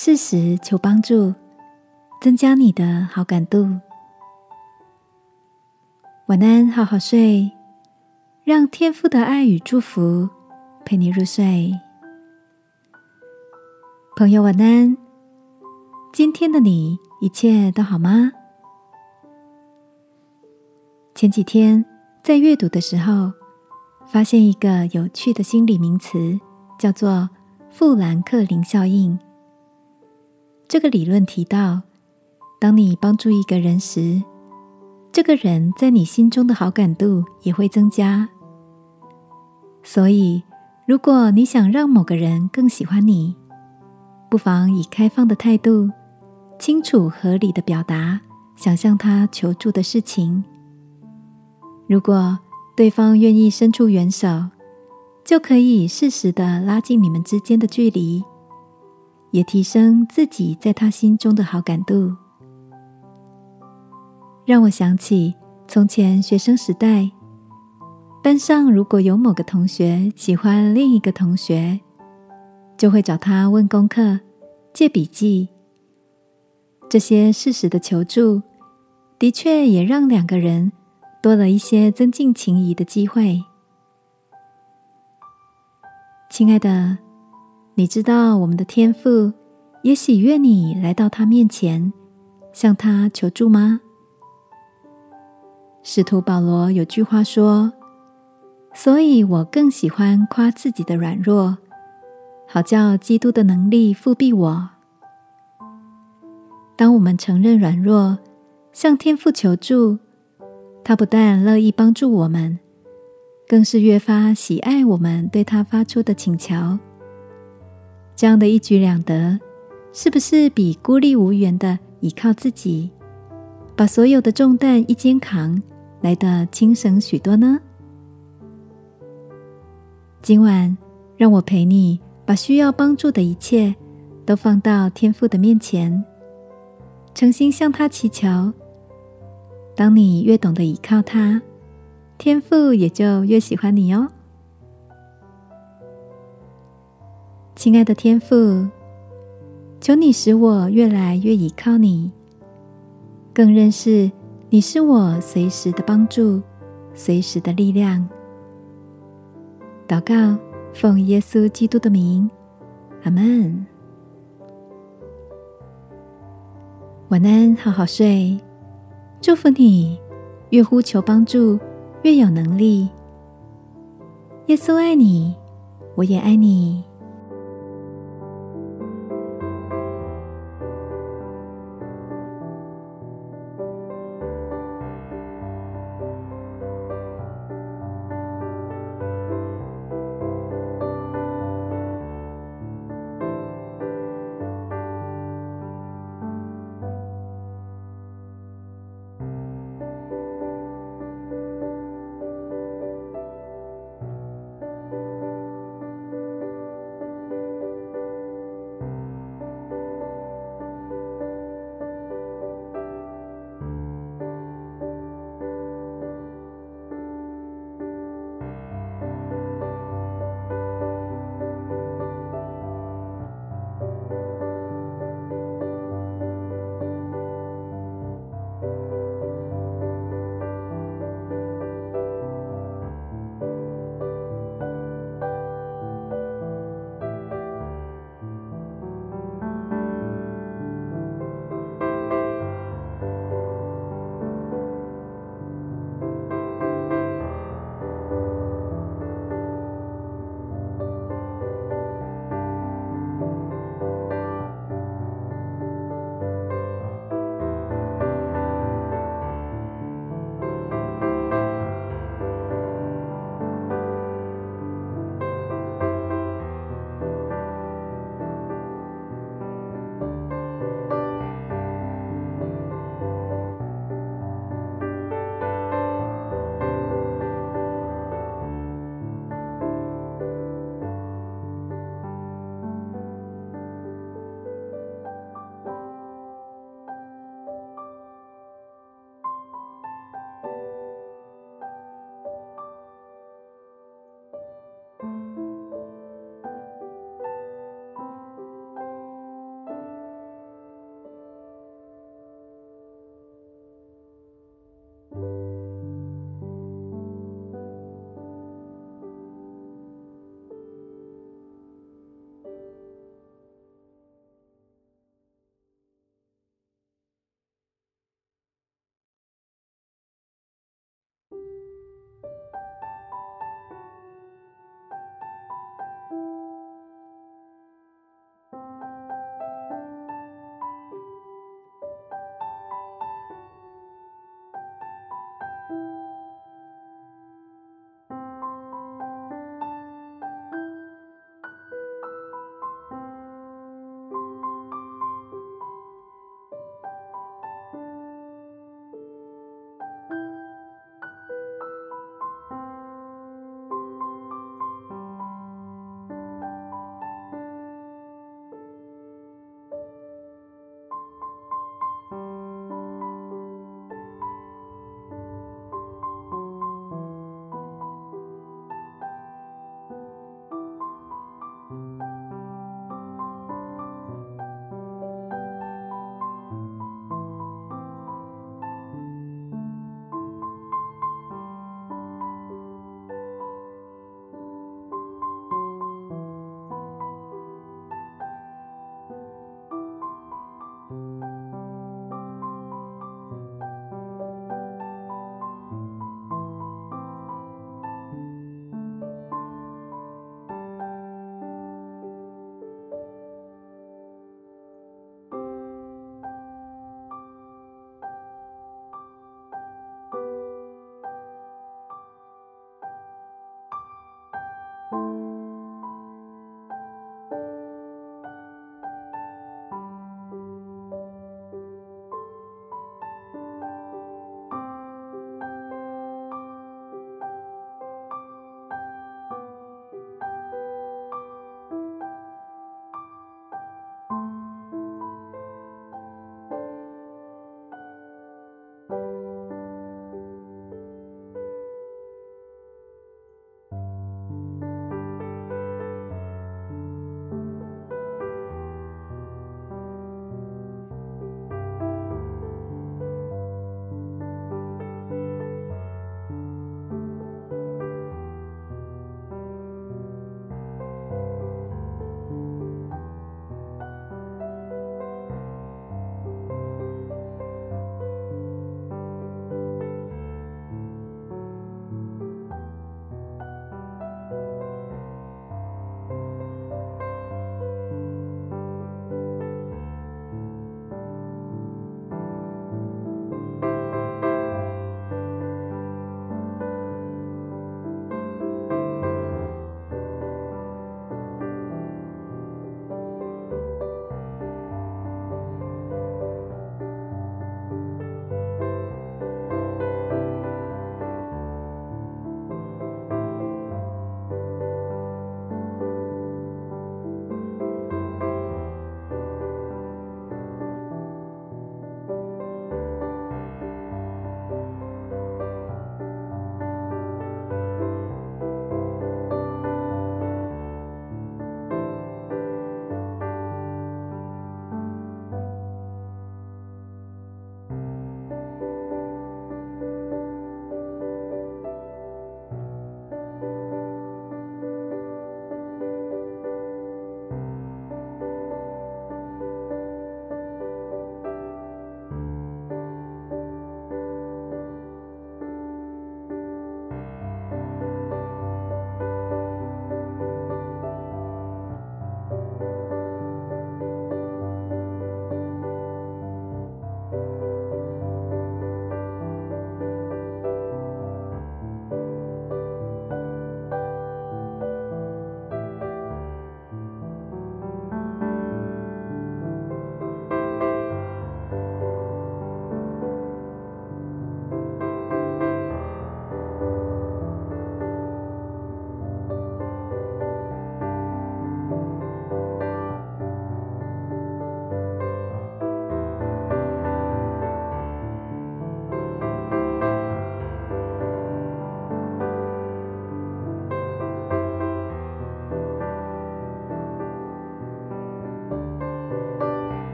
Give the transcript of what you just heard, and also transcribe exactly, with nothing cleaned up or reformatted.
适时求帮助，增加你的好感度。晚安，好好睡，让天父的爱与祝福陪你入睡。朋友晚安，今天的你一切都好吗？前几天在阅读的时候，发现一个有趣的心理名词，叫做富兰克林效应。这个理论提到，当你帮助一个人时，这个人在你心中的好感度也会增加。所以，如果你想让某个人更喜欢你，不妨以开放的态度，清楚合理的表达想向他求助的事情。如果对方愿意伸出援手，就可以适时地拉近你们之间的距离，也提升自己在他心中的好感度。让我想起从前学生时代，班上如果有某个同学喜欢另一个同学，就会找他问功课、借笔记。这些适时的求助，的确也让两个人多了一些增进情谊的机会。亲爱的，你知道我们的天父也喜悦你来到他面前，向他求助吗？使徒保罗有句话说，所以我更喜欢夸自己的软弱，好叫基督的能力复庇我。当我们承认软弱，向天父求助，他不但乐意帮助我们，更是越发喜爱我们对他发出的请求。这样的一举两得，是不是比孤立无援的倚靠自己，把所有的重担一肩扛，来得轻省许多呢？今晚，让我陪你把需要帮助的一切都放到天父的面前，诚心向他祈求。当你越懂得倚靠他，天父也就越喜欢你哦。亲爱的天父，求你使我越来越倚靠你，更认识你是我随时的帮助，随时的力量。祷告，奉耶稣基督的名，阿们。晚安，好好睡。祝福你，越呼求帮助，越有能力。耶稣爱你，我也爱你。